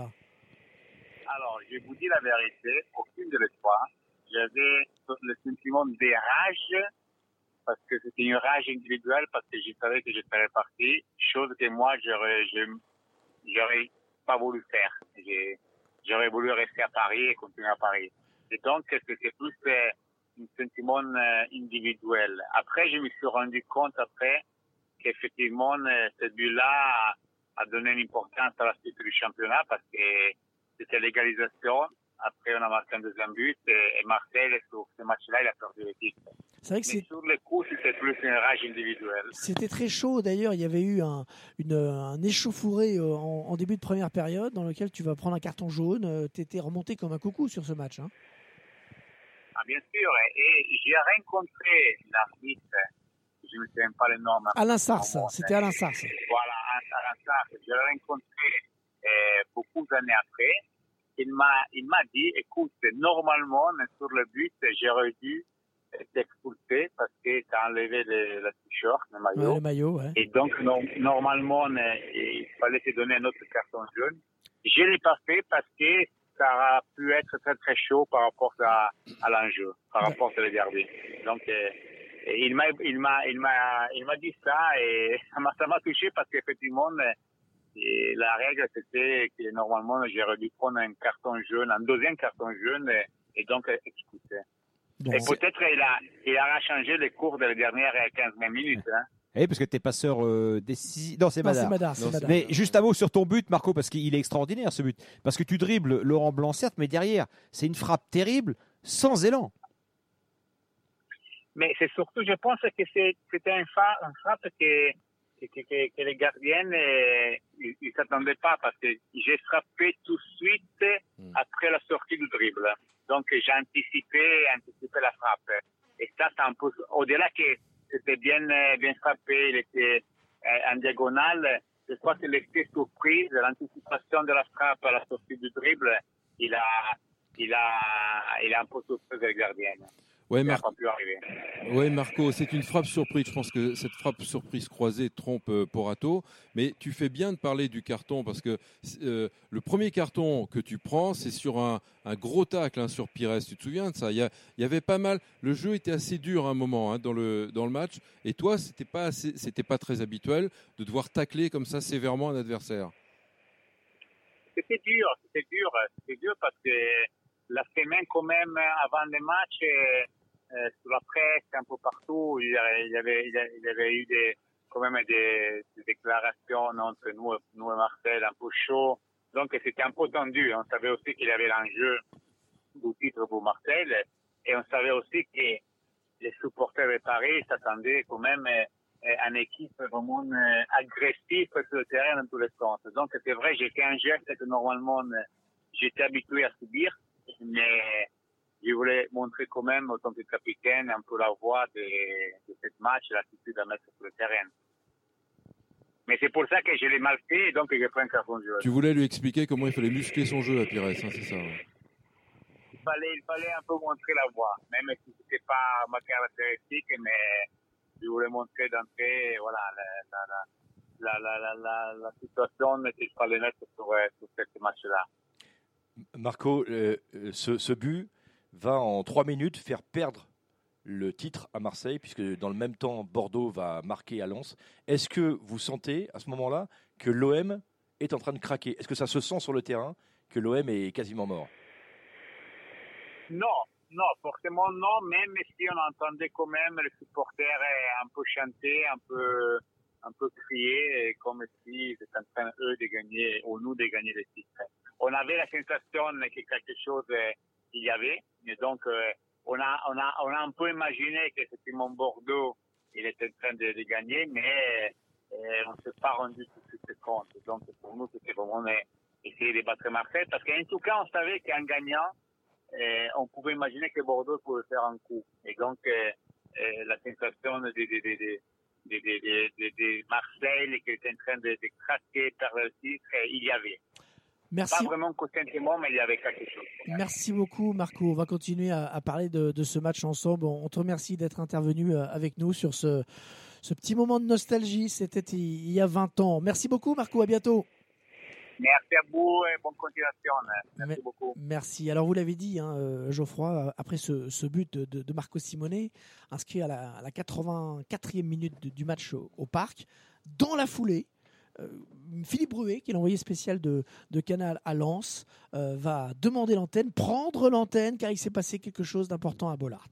I: Alors, je vous dis la vérité, aucune de les trois. J'avais le sentiment de rage, parce que c'était une rage individuelle, parce que je savais que je serais parti, chose que moi, j'aurais, je, j'aurais pas voulu faire. J'ai, j'aurais voulu rester à Paris et continuer à Paris. Et donc, c'était plus euh, un sentiment euh, individuel. Après, je me suis rendu compte après qu'effectivement, euh, ce but-là a, a donné une importance à la suite du championnat parce que c'était l'égalisation. Après, on a marqué un deuxième but et, et Marseille, sur ce match-là, il a perdu le titre.
B: C'est vrai que
I: Mais
B: c'est
I: sur le coup, c'était plus une rage individuelle.
B: C'était très chaud. D'ailleurs, il y avait eu un, une, un échauffouré euh, en, en début de première période dans lequel tu vas prendre un carton jaune. Tu étais remonté comme un coucou sur ce match. Hein.
I: Ah, bien sûr. Et j'ai rencontré l'arbitre, je ne me souviens pas le nom.
B: Alain Sars,
I: Bon,
B: c'était Alain Sars.
I: Voilà, Alain Sars. Je l'ai rencontré euh, beaucoup d'années après. Il m'a, il m'a dit, écoute, normalement, sur le but, j'aurais dû t'expulser parce que tu as enlevé le, le t-shirt, le maillot.
B: Ouais, le maillot, ouais.
I: Et donc, non, normalement, euh, il fallait te donner un autre carton jaune. Je ne l'ai pas fait parce que ça a pu être très, très chaud par rapport à, à l'enjeu, par
B: Ouais.
I: rapport à le derby. Donc, euh, et il m'a, il m'a, il m'a, il m'a dit ça et ça m'a, ça m'a touché parce qu'effectivement, euh, et la règle, c'était que normalement, j'aurais dû prendre un carton jaune, un deuxième carton jaune et, et donc expulser.
B: Bon,
I: Et
B: c'est-
I: peut-être il a, il a changé les cours de la dernière quinze minutes. Hein.
D: Eh, parce que t'es passeur euh, décisif. Non, c'est
B: non, c'est
D: Madar.
B: Madar, c'est
C: Non,
B: Madar.
D: Mais juste un mot sur ton but, Marco, parce qu'il est extraordinaire ce but. Parce que tu dribbles Laurent Blanc, certes, mais derrière, c'est une frappe terrible, sans élan.
I: Mais c'est surtout, je pense que c'est, c'était un fa- une frappe que, que, que, que les gardiens euh, ils ne s'attendaient pas parce que j'ai frappé tout de suite
C: Mm.
I: après la sortie du dribble. Donc j'ai anticipé, anticipé la frappe. Et ça, c'est un peu, au-delà que c'était bien, euh, bien frappé, il était euh, en diagonale, je crois qu'il était surpris de l'anticipation de la frappe à la sortie du dribble. Il a, il a, il a un peu surpris le gardien.
C: Ouais,
I: Il n'a
C: Mar-
I: pas pu arriver.
C: ouais, Marco, c'est une frappe surprise. Je pense que cette frappe surprise croisée trompe euh, Porato. Mais tu fais bien de parler du carton parce que euh, le premier carton que tu prends, c'est sur un, un gros tacle hein, sur Pires. Tu te souviens de ça? Il y, a- il y avait pas mal. Le jeu était assez dur à un moment hein, dans, le, dans le match. Et toi, c'était pas assez- c'était pas très habituel de devoir tacler comme ça sévèrement un adversaire.
I: C'était dur, c'était dur, c'était dur parce que la semaine quand même avant le match, euh, euh, sur la presse, un peu partout, il y avait, il y avait, il y avait eu des, quand même des, des déclarations entre nous, nous et Marseille, un peu chaud. Donc c'était un peu tendu. On savait aussi qu'il y avait l'enjeu du titre pour Marseille et on savait aussi que les supporters de Paris s'attendaient quand même à une équipe vraiment agressive sur le terrain dans tous les sens. Donc c'est vrai, j'ai fait un geste que normalement j'étais habitué à subir, mais je voulais montrer quand même, en tant que capitaine, un peu la voie de, de ce match, l'attitude à mettre sur le terrain. Mais c'est pour ça que je l'ai mal fait et donc je prends un carton jaune.
C: Tu voulais lui expliquer comment il fallait muscler son jeu à Pires, hein, c'est ça ouais.
I: il, fallait, il fallait un peu montrer la voie, même si ce n'était pas ma caractéristique, mais je voulais montrer d'entrée voilà, la, la, la, la, la, la, la situation qu'il fallait mettre sur, sur ce match-là.
E: Marco, euh, ce, ce but va en trois minutes faire perdre le titre à Marseille, puisque dans le même temps, Bordeaux va marquer à Lens. Est-ce que vous sentez, à ce moment-là, que l'O M est en train de craquer ? Est-ce que ça se sent sur le terrain que l'O M est quasiment mort ?
I: Non, non, forcément non, même si on entendait quand même les supporters un peu chanter, un peu, un peu crier, comme si c'était en train, eux, de gagner, ou nous, de gagner le titre. On avait la sensation que quelque chose il y avait, et donc, euh, On a, on, a, on a un peu imaginé que effectivement Bordeaux il était en train de, de gagner, mais euh, on ne s'est pas rendu tout de suite compte. Donc pour nous, c'était vraiment essayer de battre Marseille, parce qu'en tout cas, on savait qu'en gagnant, euh, on pouvait imaginer que Bordeaux pouvait faire un coup. Et donc, euh, euh, la sensation de, de, de, de, de, de, de, de Marseille qui était en train de, de craquer par le titre, il y avait.
B: Merci.
I: Pas vraiment consentement, mais il y avait quelque chose.
B: Merci beaucoup, Marco. On va continuer à, à parler de, de ce match ensemble. On te remercie d'être intervenu avec nous sur ce, ce petit moment de nostalgie. C'était il y a vingt ans. Merci beaucoup, Marco. À bientôt.
I: Merci à vous et bonne continuation. Merci
B: Mais,
I: beaucoup.
B: Merci. Alors, vous l'avez dit, hein, Geoffroy, après ce, ce but de, de, de Marco Simone, inscrit à la, à la quatre-vingt-quatrième minute de, du match au, au Parc, dans la foulée, Philippe Bruet, qui est l'envoyé spécial de, de Canal à Lens, euh, va demander l'antenne, prendre l'antenne, car il s'est passé quelque chose d'important à Bollaert.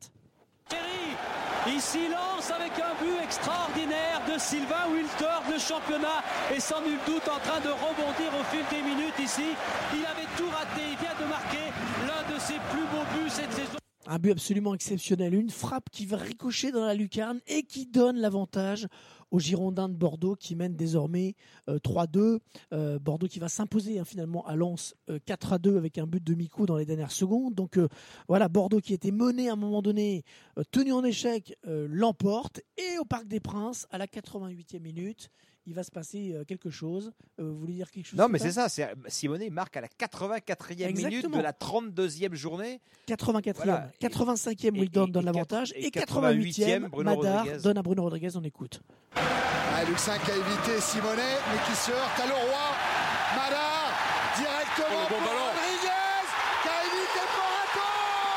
J: Ici Lens avec un but extraordinaire de Sylvain Wiltord. Le championnat est sans nul doute en train de rebondir au fil des minutes ici. Il avait tout raté, il vient de marquer l'un de ses plus beaux buts cette saison.
B: Un but absolument exceptionnel, une frappe qui va ricocher dans la lucarne et qui donne l'avantage aux Girondins de Bordeaux qui mènent désormais euh, trois à deux. Euh, Bordeaux qui va s'imposer hein, finalement à Lens euh, quatre à deux avec un but de Mikou dans les dernières secondes. Donc euh, voilà, Bordeaux qui était mené à un moment donné, euh, tenu en échec, euh, l'emporte. Et au Parc des Princes, à la quatre-vingt-huitième minute, il va se passer euh, quelque chose. Euh, vous voulez dire quelque chose ?
D: Non, mais c'est ça. C'est, Simone marque à la quatre-vingt-quatrième
B: Exactement.
D: minute de la trente-deuxième journée.
B: quatre-vingt-quatrième.
D: Voilà.
B: quatre-vingt-cinquième, Wiltord donne l'avantage. Et, et quatre-vingt-huitième, Madar donne à Bruno Rodriguez. On écoute.
F: Ah, Luxin qui a évité Simone, mais qui se heurte à Leroy. Madar, directement
G: oh, bon
F: pour
G: ballon.
F: Rodriguez, qui a évité Morato.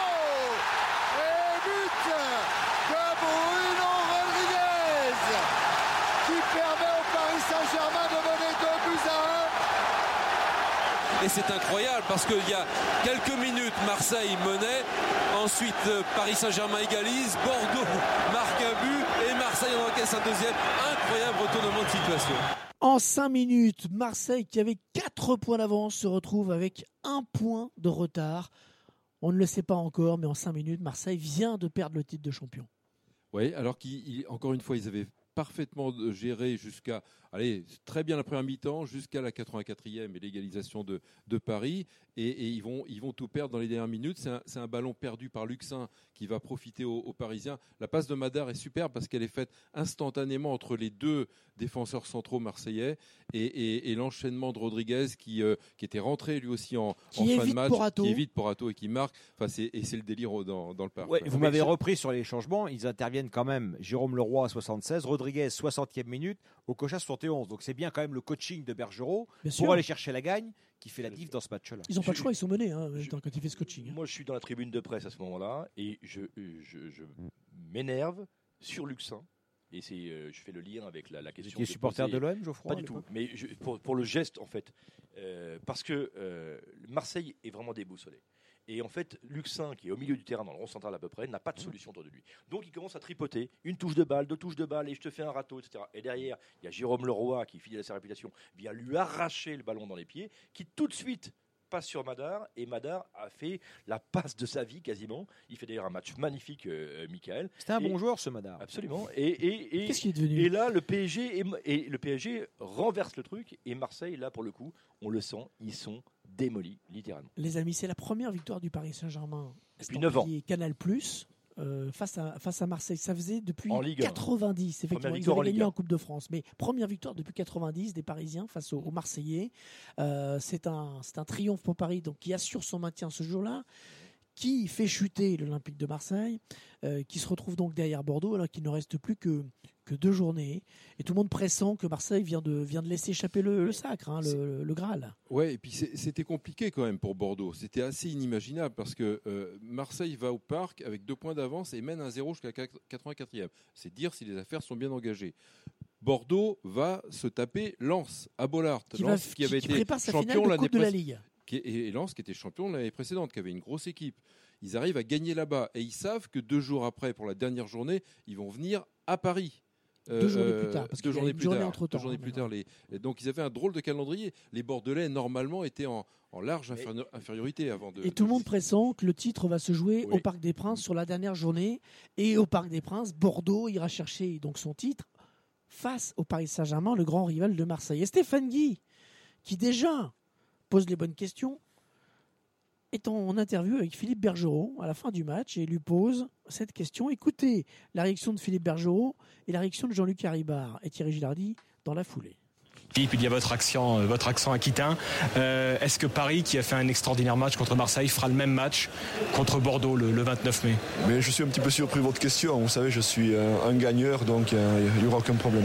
F: Et but de Bruno Rodriguez, qui permet au Paris Saint-Germain de mener deux buts à un.
G: Et c'est incroyable parce qu'il y a quelques minutes, Marseille menait. Ensuite, Paris Saint-Germain égalise. Bordeaux marque un but et Marseille en encaisse un deuxième. Incroyable retournement de situation.
B: En cinq minutes, Marseille, qui avait quatre points d'avance, se retrouve avec un point de retard. On ne le sait pas encore, mais en cinq minutes, Marseille vient de perdre le titre de champion.
C: Oui, alors qu'encore une fois, ils avaient parfaitement géré jusqu'à, allez, très bien la première mi-temps, jusqu'à la quatre-vingt-quatrième et l'égalisation de, de Paris. Et, et ils, vont, ils vont tout perdre dans les dernières minutes. C'est un, c'est un ballon perdu par Luxin qui va profiter aux, aux Parisiens. La passe de Madar est superbe parce qu'elle est faite instantanément entre les deux défenseurs centraux marseillais et, et, et l'enchaînement de Rodriguez qui, euh, qui était rentré lui aussi en, en fin de match,
B: Porato.
C: qui évite Porato et qui marque. Enfin, c'est, et c'est le délire dans, dans le parc.
D: Ouais, vous m'avez repris sur les changements. Ils interviennent quand même. Jérôme Leroy à soixante-seize, Rodriguez soixantième minute, Okocha soixante et onze. Donc c'est bien quand même le coaching de Bergerot
B: Bien
D: pour
B: sûr.
D: aller chercher la gagne qui fait la diff dans ce match-là.
B: Ils n'ont pas le choix, ils sont menés hein, quand il fait ce coaching. Hein.
E: Moi, je suis dans la tribune de presse à ce moment-là et je, je, je m'énerve sur Luxin. Et c'est, euh, je fais le lien avec la, la question.
D: Tu es supporter de l'O M, Geoffroy?
E: Pas du tout. Mais je, pour, pour le geste, en fait. Euh, parce que euh, Marseille est vraiment déboussolé. Et en fait, Luxin, qui est au milieu du terrain, dans le rond central à peu près, n'a pas de solution autour de lui. Donc il commence à tripoter, une touche de balle, deux touches de balle, et je te fais un râteau, et cetera. Et derrière, il y a Jérôme Leroy, qui, fidèle à sa réputation, vient lui arracher le ballon dans les pieds, qui tout de suite passe sur Madar, et Madar a fait la passe de sa vie quasiment. Il fait d'ailleurs un match magnifique, euh, Michael.
D: C'était un
E: et,
D: bon joueur, ce Madar.
E: Absolument. Et, et, et,
B: Qu'est-ce qu'il est devenu ?
E: Et là, le P S G, est, et le P S G renverse le truc, et Marseille, là, pour le coup, on le sent, ils sont démolis, littéralement.
B: Les amis, c'est la première victoire du Paris Saint-Germain
E: depuis neuf ans.
B: Canal plus. Euh, face, à, face à Marseille, ça faisait depuis
E: en Ligue
B: quatre-vingt-dix. Effectivement, ils avaient gagné en Coupe de France, mais première victoire depuis quatre-vingt-dix des Parisiens face aux, aux Marseillais. Euh, c'est un, c'est un triomphe pour Paris, donc qui assure son maintien ce jour-là, qui fait chuter l'Olympique de Marseille, euh, qui se retrouve donc derrière Bordeaux, alors qu'il ne reste plus que que deux journées, et tout le monde pressent que Marseille vient de vient de laisser échapper le, le sacre, hein, le, le Graal.
C: Ouais, et puis c'était compliqué quand même pour Bordeaux. C'était assez inimaginable parce que euh, Marseille va au parc avec deux points d'avance et mène un zéro jusqu'à quatre-vingt-quatrième. C'est dire si les affaires sont bien engagées. Bordeaux va se taper Lens à Bollaert.
B: Qui,
C: Lens
B: va,
C: qui avait
B: qui, qui
C: été
B: prépare sa
C: champion
B: finale de
C: l'année
B: Coupe de la
C: pré-
B: Ligue.
C: Qui, et Lens qui était champion l'année précédente, qui avait une grosse équipe. Ils arrivent à gagner là-bas et ils savent que deux jours après, pour la dernière journée, ils vont venir à Paris.
B: Deux euh, journées plus tard, parce
C: deux journées plus tard.
B: Entre
C: deux journées plus tard. Les... Donc ils avaient un drôle de calendrier. Les Bordelais normalement étaient en, en large inféri- infériorité avant de.
B: Et
C: de
B: tout le monde pressent que le titre va se jouer
C: oui.
B: au Parc des Princes sur la dernière journée. Et au Parc des Princes, Bordeaux ira chercher donc son titre face au Paris Saint-Germain, le grand rival de Marseille. Et Stéphane Guy, qui déjà pose les bonnes questions, est en interview avec Philippe Bergerot à la fin du match et lui pose cette question. Écoutez la réaction de Philippe Bergerot et la réaction de Jean-Luc Haribard et Thierry Gilardi dans la foulée.
K: Philippe, il y a votre accent, votre accent aquitain. Euh, est-ce que Paris, qui a fait un extraordinaire match contre Marseille, fera le même match contre Bordeaux le, le vingt-neuf mai ?
L: Mais je suis un petit peu surpris de votre question. Vous savez, je suis un gagneur, donc euh, il n'y aura aucun problème.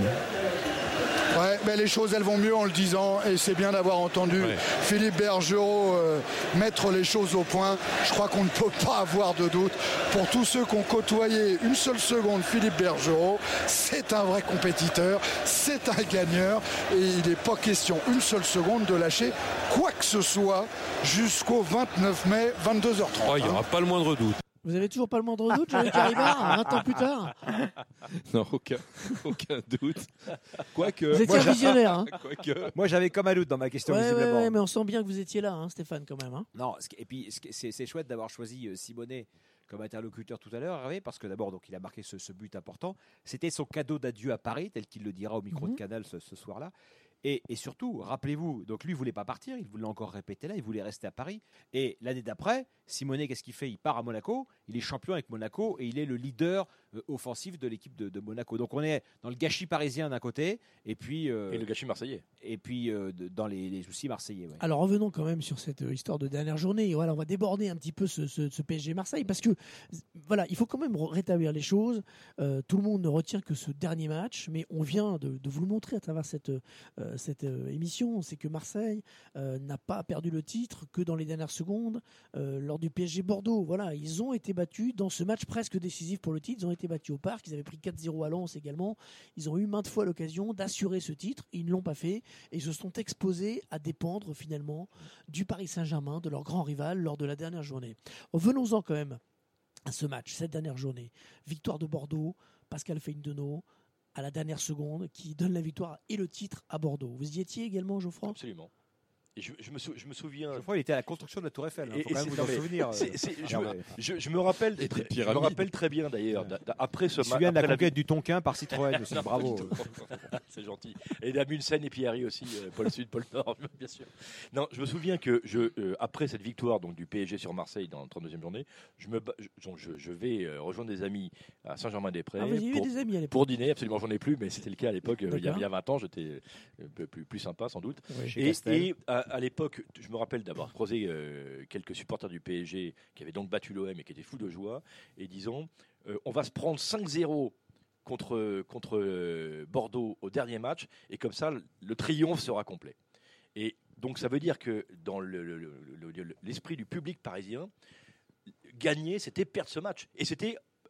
M: Ouais, mais les choses elles vont mieux en le disant et c'est bien d'avoir entendu ouais. Philippe Bergerot euh, mettre les choses au point. Je crois qu'on ne peut pas avoir de doute. Pour tous ceux qui ont côtoyé une seule seconde Philippe Bergerot, c'est un vrai compétiteur, c'est un gagneur et il n'est pas question une seule seconde de lâcher quoi que ce soit jusqu'au vingt-neuf mai, vingt-deux heures trente.
G: Oh, il n'y aura pas le moindre doute.
B: Vous avez toujours pas le moindre doute, Jean-Luc Haribard, vingt ans plus tard ?
C: Non, aucun, aucun doute. Quoique.
B: Vous étiez un visionnaire. Hein.
C: Quoique.
D: Moi, j'avais comme un doute dans ma question,
B: ouais,
D: visiblement.
B: Ouais, mais on sent bien que vous étiez là, hein, Stéphane, quand même. Hein.
D: Non, et puis c'est, c'est chouette d'avoir choisi Simonet comme interlocuteur tout à l'heure, Hervé, parce que d'abord, donc, il a marqué ce, ce but important. C'était son cadeau d'adieu à Paris, tel qu'il le dira au micro mm-hmm. de Canal ce, ce soir-là. Et, et surtout, rappelez-vous, donc lui ne voulait pas partir, il voulait encore répéter là, il voulait rester à Paris. Et l'année d'après, Simonet, qu'est-ce qu'il fait ? Il part à Monaco, il est champion avec Monaco et il est le leader euh, offensif de l'équipe de, de Monaco. Donc on est dans le gâchis parisien d'un côté, et puis euh,
E: et le gâchis marseillais.
D: Et puis euh, de, dans les, les soucis marseillais. Ouais.
B: Alors revenons quand même sur cette histoire de dernière journée. Voilà, on va déborder un petit peu ce, ce, ce P S G Marseille parce que voilà, il faut quand même rétablir les choses. Euh, tout le monde ne retient que ce dernier match, mais on vient de, de vous le montrer à travers cette, euh, cette euh, émission. C'est que Marseille euh, n'a pas perdu le titre que dans les dernières secondes euh, lors du P S G Bordeaux. Voilà, ils ont été battus dans ce match presque décisif pour le titre. Ils ont été battus au Parc. Ils avaient pris quatre zéro à Lens également. Ils ont eu maintes fois l'occasion d'assurer ce titre. Ils ne l'ont pas fait et se sont exposés à dépendre finalement du Paris Saint-Germain, de leur grand rival lors de la dernière journée. Venons-en quand même à ce match, cette dernière journée. Victoire de Bordeaux, Pascal Feindeno à la dernière seconde qui donne la victoire et le titre à Bordeaux. Vous y étiez également, Geoffroy ?
E: Absolument. Et je, je, me sou, je me souviens.
D: Je crois qu'il était à la construction de la Tour Eiffel. Il hein, faut quand même vous en souvenir.
E: C'est, c'est, je, je, je me rappelle, très, je me rappelle très bien d'ailleurs. Ouais. Après ce match.
D: Je me souviens de la conquête la... du Tonkin par Citroën aussi. Bravo.
E: C'est gentil. Et d'Amundsen et Pierry aussi, euh, pôle Sud, pôle Nord, bien sûr. Non, je me souviens que je, euh, après cette victoire donc du P S G sur Marseille dans la trente-deuxième journée, je me, donc je, je vais euh, rejoindre des amis à Saint-Germain-des-Prés
B: ah, pour, des amis à l'époque.
E: pour dîner. Absolument, j'en ai plus, mais c'était le cas à l'époque. Euh, il y a vingt ans, j'étais un peu plus, plus sympa sans doute.
B: Oui,
E: et, et à, à l'époque. Je me rappelle d'avoir croisé euh, quelques supporters du P S G qui avaient donc battu l'O M et qui étaient fous de joie et disons euh, on va se prendre cinq zéro contre, contre euh, Bordeaux au dernier match et comme ça le triomphe sera complet. Et donc ça veut dire que dans le, le, le, le, l'esprit du public parisien, gagner c'était perdre ce match et c'était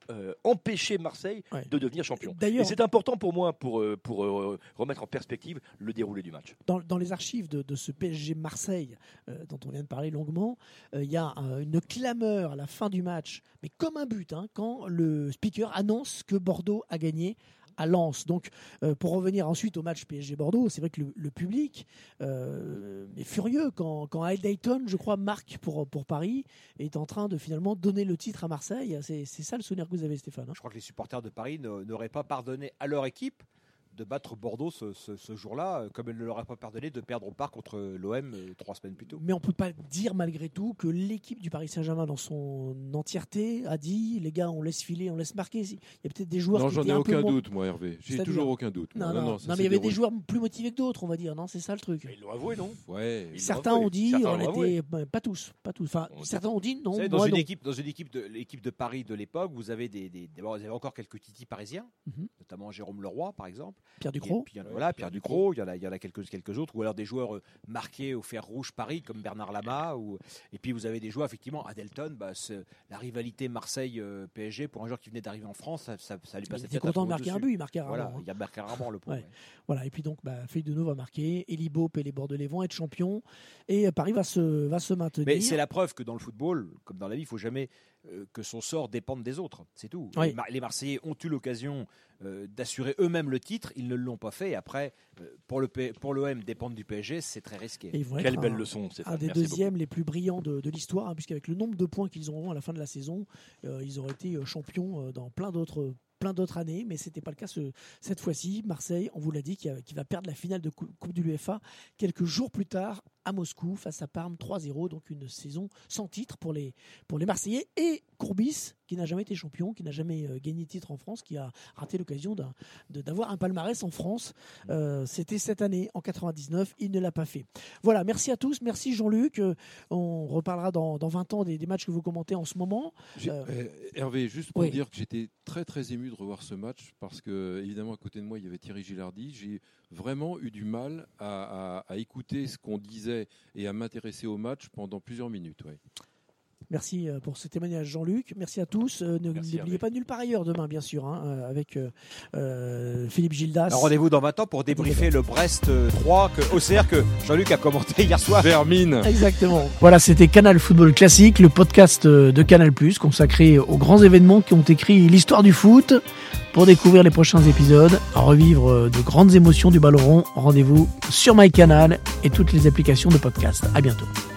E: euh, empêcher Marseille
B: Ouais.
E: de devenir champion.
B: D'ailleurs-
E: Et c'est important pour moi pour, euh, pour euh, remettre en perspective le déroulé du match.
B: Dans, dans les archives de, de ce P S G Marseille, euh, dont on vient de parler longuement, euh, il y a euh, une clameur à la fin du match, mais comme un but, hein, quand le speaker annonce que Bordeaux a gagné à Lens. Donc, euh, pour revenir ensuite au match P S G Bordeaux, c'est vrai que le, le public euh, est furieux quand, quand Al Dayton, je crois, marque pour, pour Paris, est en train de finalement donner le titre à Marseille. C'est, c'est ça le souvenir que vous avez, Stéphane, hein.
D: Je crois que les supporters de Paris ne- n'auraient pas pardonné à leur équipe de battre Bordeaux ce, ce- ce jour-là, euh, comme ils ne leur auraient pas pardonné de perdre au parc contre l'O M euh, trois semaines plus tôt.
B: Mais on ne peut pas dire malgré tout que l'équipe du Paris Saint-Germain dans son entièreté a dit les gars, on laisse filer, on laisse marquer. Il y a peut-être des joueurs
C: Non,
B: qui
C: j'en
B: étaient
C: ai
B: un
C: aucun
B: peu moins-
C: doute, moi, Hervé. J'ai
B: C'est-à-dire
C: toujours aucun doute.
B: Non,
C: moi.
B: non,
C: Non,
B: non,
C: ça
B: mais
C: s'est
B: il y avait des
C: déroulé.
B: joueurs plus motivés que d'autres, on va dire. Non, c'est ça le truc.
E: Ils l'ont avoué, non
C: Ouais.
E: Ils l'ont
B: Certains
E: avoué.
B: ont dit,
E: Certains
B: on
E: l'ont avoué.
B: était bah, pas tous, pas tous. Enfin, certains ont dit non.
D: Vous savez, dans
B: moi,
D: une
B: non.
D: équipe, dans une équipe de l'équipe de Paris de l'époque, vous avez des, des- d'abord, vous avez encore quelques titis parisiens,
B: Mhm.
D: notamment Jérôme Leroy par exemple.
B: Pierre
D: Et
B: Ducrot.
D: puis, il y en a- voilà, Pierre Ducrot. Il y en a, il y en a quelques, quelques autres, ou alors des joueurs euh, marqués au fer rouge Paris comme Bernard Lama. Ou, et puis vous avez des joueurs effectivement à Delton. Bah, c'est- la rivalité Marseille-P S G pour un joueur qui venait d'arriver en France, ça, ça, ça lui
B: Il
D: passait
B: était
D: peut-être un
B: content
D: peu
B: de marquer un
D: au-dessus.
B: but, il marquait rarement.
D: Voilà,
B: hein.
D: il a marqué rarement le pauvre.
B: Ouais. Voilà, et puis donc, bah, Philippe Deneau va marquer, Elie Bopp et les Bordelais vont être champions, et euh, Paris va se, va se maintenir.
D: Mais c'est la preuve que dans le football, comme dans la vie, il ne faut jamais euh, que son sort dépende des autres. C'est tout.
B: Oui.
D: Les, Mar- les Marseillais ont eu l'occasion euh, d'assurer eux-mêmes le titre. Ils ne l'ont pas fait. Et après, euh, pour le P- pour l'O M, dépendre du P S G, c'est très risqué.
B: Et ils vont
E: Quelle
B: être
E: belle
B: un-
E: leçon, Stéphane.
B: un des
E: Merci
B: deuxièmes les plus brillants de, de l'histoire, hein, puisqu'avec le nombre de points qu'ils auront à la fin de la saison, euh, ils auraient été euh, champions euh, dans plein d'autres plein d'autres années, mais ce n'était pas le cas ce- cette fois-ci. Marseille, on vous l'a dit, qui, a- qui va perdre la finale de Cou- Coupe de l'UEFA quelques jours plus tard à Moscou face à Parme trois zéro, donc une saison sans titre pour les, pour les Marseillais, et Courbis qui n'a jamais été champion, qui n'a jamais euh, gagné de titre en France, qui a raté l'occasion d'un- de- d'avoir un palmarès en France. Euh, C'était cette année, en quatre-vingt-dix-neuf, il ne l'a pas fait. Voilà, merci à tous, merci Jean-Luc. Euh, on reparlera dans, dans vingt ans des, des matchs que vous commentez en ce moment.
C: J'ai-
B: Euh,
C: euh, Hervé, juste pour
B: oui.
C: dire que j'étais très très ému de revoir ce match parce que évidemment à côté de moi il y avait Thierry Gilardi. J'ai vraiment eu du mal à, à- à écouter ce qu'on disait et à m'intéresser au match pendant plusieurs minutes. Ouais.
B: Merci euh, pour ce témoignage, Jean-Luc. Merci à tous. Euh, ne-
E: Merci,
B: N'oubliez
E: Hervé.
B: pas nulle part ailleurs demain, bien sûr, hein, euh, avec euh, euh, Philippe Gildas.
D: Alors, rendez-vous dans vingt ans pour débriefer le Brest euh, trois que, O C R que Jean-Luc a commenté hier soir.
C: Vermine.
B: Exactement. Voilà, c'était Canal Football Classique, le podcast euh, de Canal+, consacré aux grands événements qui ont écrit l'histoire du foot. Pour découvrir les prochains épisodes, revivre euh, de grandes émotions du ballon rond, rendez-vous sur MyCanal et toutes les applications de podcast. À bientôt.